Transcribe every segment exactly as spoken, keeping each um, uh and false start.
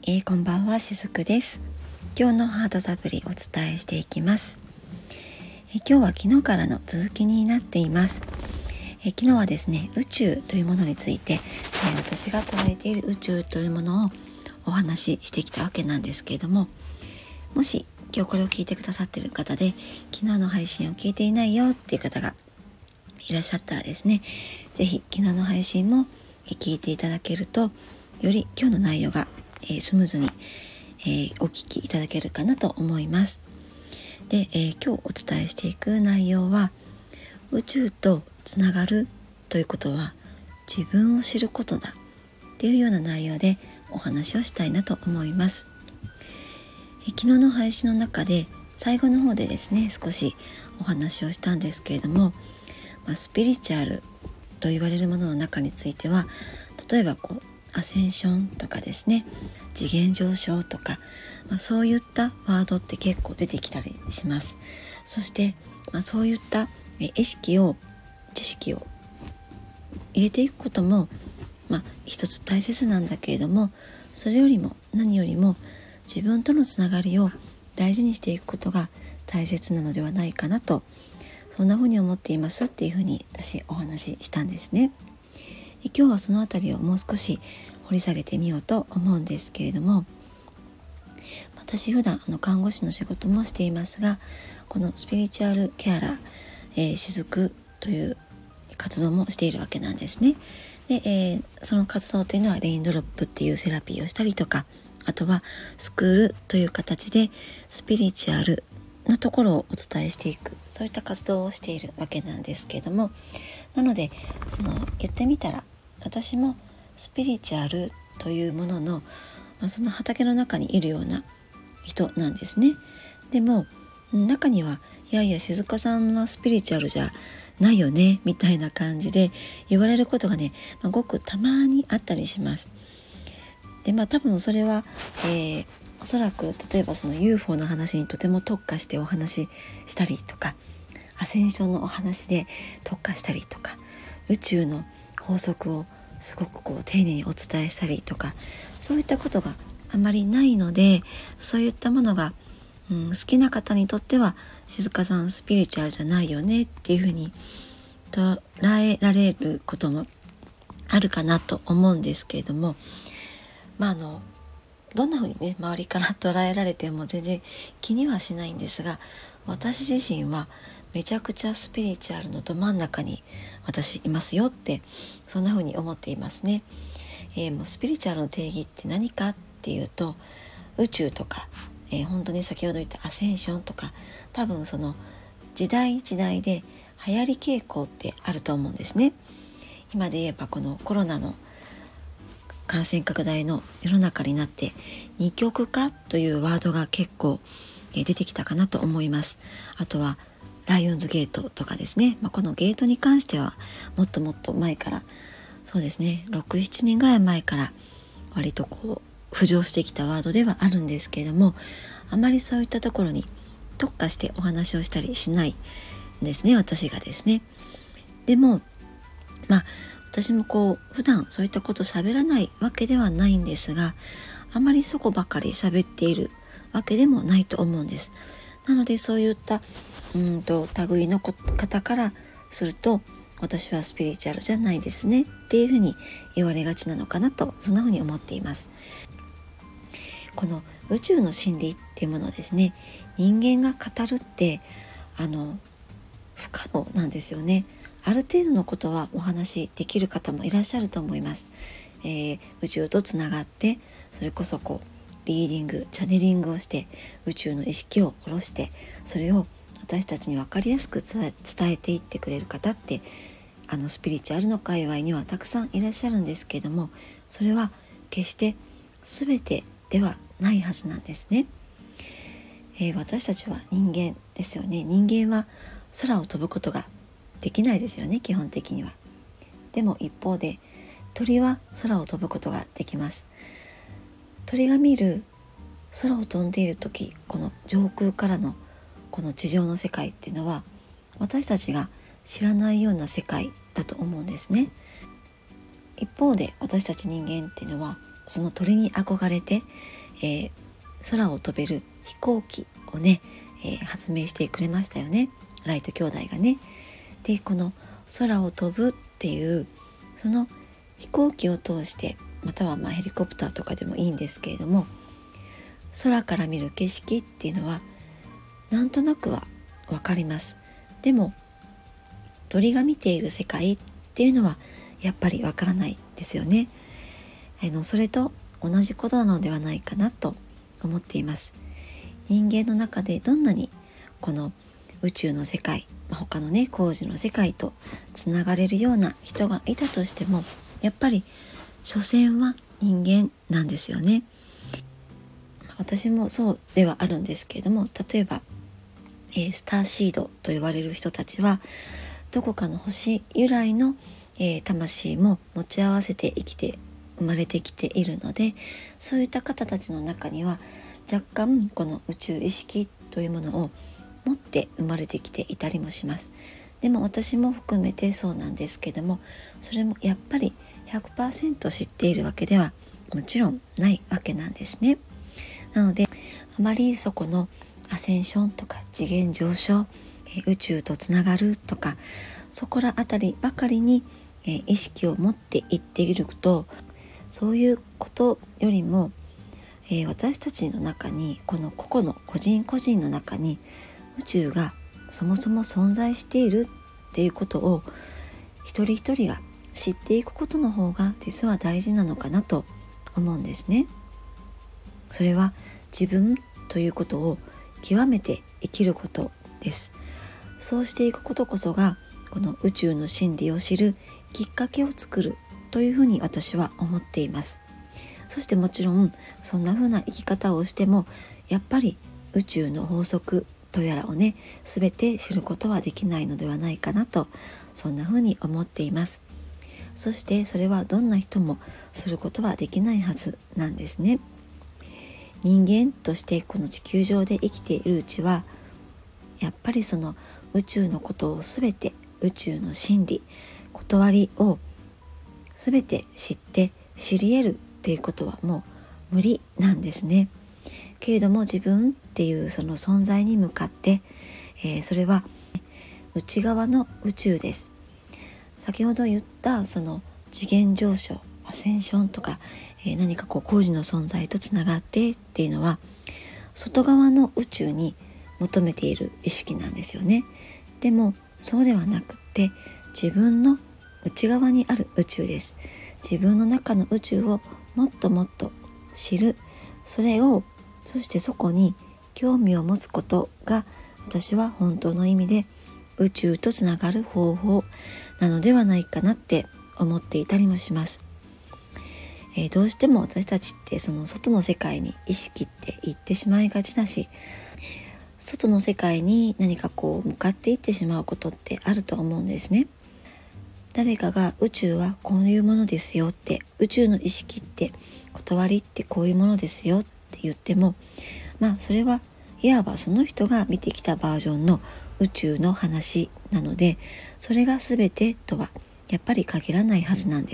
えー、こんばんは、しずくです。今日のハートサプリお伝えしていきます。えー、今日は昨日からの続きになっています。えー、昨日はですね、宇宙というものについて、えー、私が捉えている宇宙というものをお話ししてきたわけなんですけれども、もし今日これを聞いてくださっている方で昨日の配信を聞いていないよっていう方がいらっしゃったらですね、ぜひ昨日の配信も聞いていただけると、より今日の内容がえー、スムーズに、えー、お聞きいただけるかなと思います。で、えー、今日お伝えしていく内容は、宇宙とつながるということは自分を知ることだっていうような内容でお話をしたいなと思います。えー、昨日の配信の中で最後の方でですね、少しお話をしたんですけれども、まあ、スピリチュアルと言われるものの中については、例えばこうアセンションとかですね、次元上昇とか、まあ、そういったワードって結構出てきたりします。そして、まあ、そういった意識を知識を入れていくことも、まあ、一つ大切なんだけれども、それよりも何よりも自分とのつながりを大事にしていくことが大切なのではないかなと、そんなふうに思っていますっていうふうに私お話ししたんですね。今日はそのあたりをもう少し掘り下げてみようと思うんですけれども、私普段あの看護師の仕事もしていますが、このスピリチュアルケアラー、えー、しずくという活動もしているわけなんですね。で、えー、その活動というのはレインドロップっていうセラピーをしたりとか、あとはスクールという形でスピリチュアルなところをお伝えしていく、そういった活動をしているわけなんですけれども、なのでその言ってみたら、私もスピリチュアルというものの、まあ、その畑の中にいるような人なんですね。でも中には、いやいや静香さんはスピリチュアルじゃないよねみたいな感じで言われることがね、まあ、ごくたまにあったりします。でまあ多分それは、えー、おそらく例えばその ユーフォー の話にとても特化してお話ししたりとか、アセンションのお話で特化したりとか、宇宙の法則をすごくこう丁寧にお伝えしたりとか、そういったことがあまりないので、そういったものが、うん、好きな方にとっては静香さんスピリチュアルじゃないよねっていうふうに捉えられることもあるかなと思うんですけれども、まああのどんなふうにね周りから捉えられても全然気にはしないんですが、私自身はめちゃくちゃスピリチュアルのど真ん中に私いますよって、そんな風に思っていますね。えー、もうスピリチュアルの定義って何かっていうと、宇宙とか、えー、本当に先ほど言ったアセンションとか、多分その時代時代で流行り傾向ってあると思うんですね。今で言えばこのコロナの感染拡大の世の中になって二極化というワードが結構出てきたかなと思います。あとはライオンズゲートとかですね、まあ、このゲートに関してはもっともっと前から、そうですね、ろく、ななねんぐらい前から割とこう浮上してきたワードではあるんですけれども、あまりそういったところに特化してお話をしたりしないんですね、私がですね。でもまあ私もこう普段そういったこと喋らないわけではないんですが、あまりそこばかり喋っているわけでもないと思うんです。なのでそういったうんと類の方からすると、私はスピリチュアルじゃないですねっていうふうに言われがちなのかなと、そんなふうに思っています。この宇宙の真理っていうものをですね、人間が語るってあの不可能なんですよね。ある程度のことはお話しできる方もいらっしゃると思います。えー、宇宙とつながって、それこそこうリーディングチャネリングをして宇宙の意識を下ろして、それを私たちに分かりやすく伝えていってくれる方って、あのスピリチュアルの界隈にはたくさんいらっしゃるんですけれども、それは決して全てではないはずなんですね。えー、私たちは人間ですよね。人間は空を飛ぶことができないですよね、基本的には。でも一方で鳥は空を飛ぶことができます。鳥が見る空を飛んでいる時、この上空からのこの地上の世界っていうのは、私たちが知らないような世界だと思うんですね。一方で私たち人間っていうのはその鳥に憧れて、えー、空を飛べる飛行機をね、えー、発明してくれましたよね、ライト兄弟がね。でこの空を飛ぶっていうその飛行機を通して、またはまあヘリコプターとかでもいいんですけれども、空から見る景色っていうのはなんとなくはわかります。でも鳥が見ている世界っていうのはやっぱりわからないですよね。あのそれと同じことなのではないかなと思っています。人間の中でどんなにこの宇宙の世界、他のね工事の世界とつながれるような人がいたとしても、やっぱり所詮は人間なんですよね。私もそうではあるんですけれども、例えば、えー、スターシードと言われる人たちはどこかの星由来の、えー、魂も持ち合わせて生きて生まれてきているので、そういった方たちの中には若干この宇宙意識というものを持って生まれてきていたりもします。でも私も含めてそうなんですけども、それもやっぱり ひゃくパーセント 知っているわけではもちろんないわけなんですね。なのであまりそこのアセンションとか次元上昇、え宇宙とつながるとか、そこらあたりばかりに、え意識を持っていっていると、そういうことよりも、えー、私たちの中に、この個々の個人個人の中に宇宙がそもそも存在しているっていうことを一人一人が知っていくことの方が実は大事なのかなと思うんですね。それは自分ということを極めて生きることです。そうしていくことこそがこの宇宙の真理を知るきっかけを作るというふうに私は思っています。そしてもちろんそんな風な生き方をしても、やっぱり宇宙の法則とやらをね全て知ることはできないのではないかなと、そんな風に思っています。そしてそれはどんな人もすることはできないはずなんですね。人間としてこの地球上で生きているうちは、やっぱりその宇宙のことをすべて、宇宙の真理、断りをすべて知って知り得るっていうことはもう無理なんですね。けれども自分っていうその存在に向かって、えー、それは内側の宇宙です。先ほど言ったその次元上昇、アセンションとか、えー、何かこう工事の存在とつながってっていうのは外側の宇宙に求めている意識なんですよね。でもそうではなくって自分の内側にある宇宙です。自分の中の宇宙をもっともっと知る、それをそしてそこに興味を持つことが、私は本当の意味で宇宙とつながる方法なのではないかなって思っていたりもします。えー、どうしても私たちってその外の世界に意識っていってしまいがちだし、外の世界に何かこう向かっていってしまうことってあると思うんですね。誰かが宇宙はこういうものですよって、宇宙の意識って断りってこういうものですよって言っても、まあそれはいわばその人が見てきたバージョンの宇宙の話なので、それが全てとはやっぱり限らないはずなんです。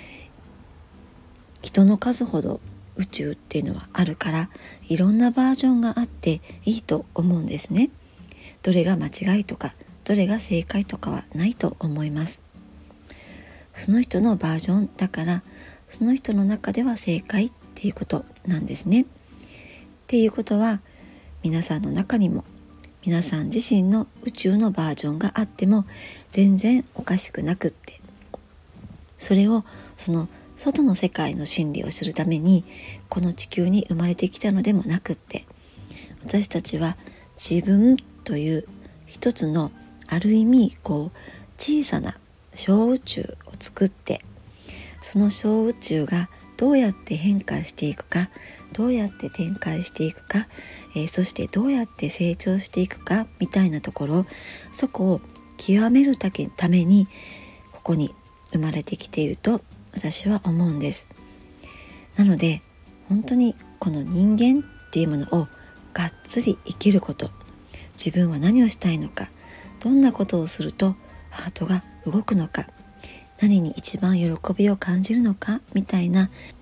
人の数ほど宇宙っていうのはあるから、いろんなバージョンがあっていいと思うんですね。どれが間違いとかどれが正解とかはないと思います。その人のバージョンだから、その人の中では正解っていうことなんですね。っていうことは、皆さんの中にも皆さん自身の宇宙のバージョンがあっても全然おかしくなくって、それをその外の世界の真理を知るためにこの地球に生まれてきたのでもなくって、私たちは自分という一つのある意味こう小さな小宇宙を作って、その小宇宙がどうやって変化していくか、どうやって展開していくか、えー、そしてどうやって成長していくかみたいなところ、そこを極めるためにここに生まれてきていると私は思うんです。なので本当にこの人間っていうものをがっつり生きること、自分は何をしたいのか、どんなことをするとハートが動くのか、何に一番喜びを感じるのかみたいな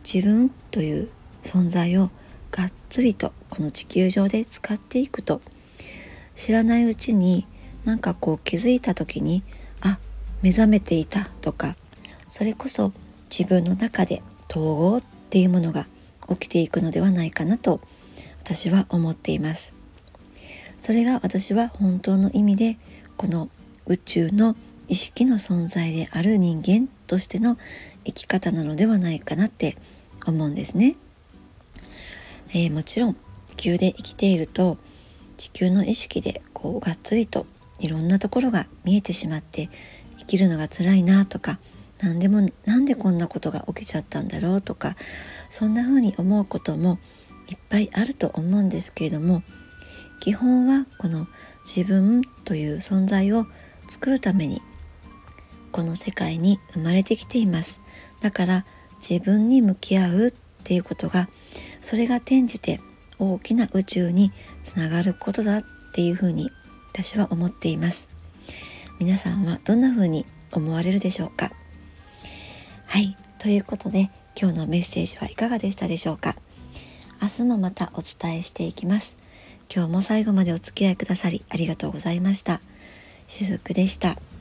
自分という存在をがっつりとこの地球上で使っていくと、知らないうちになんかこう気づいた時にあ目覚めていたとか、それこそ自分の中で統合っていうものが起きていくのではないかなと私は思っています。それが私は本当の意味でこの宇宙の意識の存在である人間としての生き方なのではないかなって思うんですね。えー、もちろん地球で生きていると地球の意識でこうがっつりといろんなところが見えてしまって生きるのが辛いなとか、なんでもなんでこんなことが起きちゃったんだろうとか、そんな風に思うこともいっぱいあると思うんですけれども、基本はこの自分という存在を作るためにこの世界に生まれてきています。だから自分に向き合うっていうことが、それが転じて大きな宇宙につながることだっていうふうに私は思っています。皆さんはどんなふうに思われるでしょうか。はい、ということで今日のメッセージはいかがでしたでしょうか。明日もまたお伝えしていきます。今日も最後までお付き合いくださりありがとうございました。しずくでした。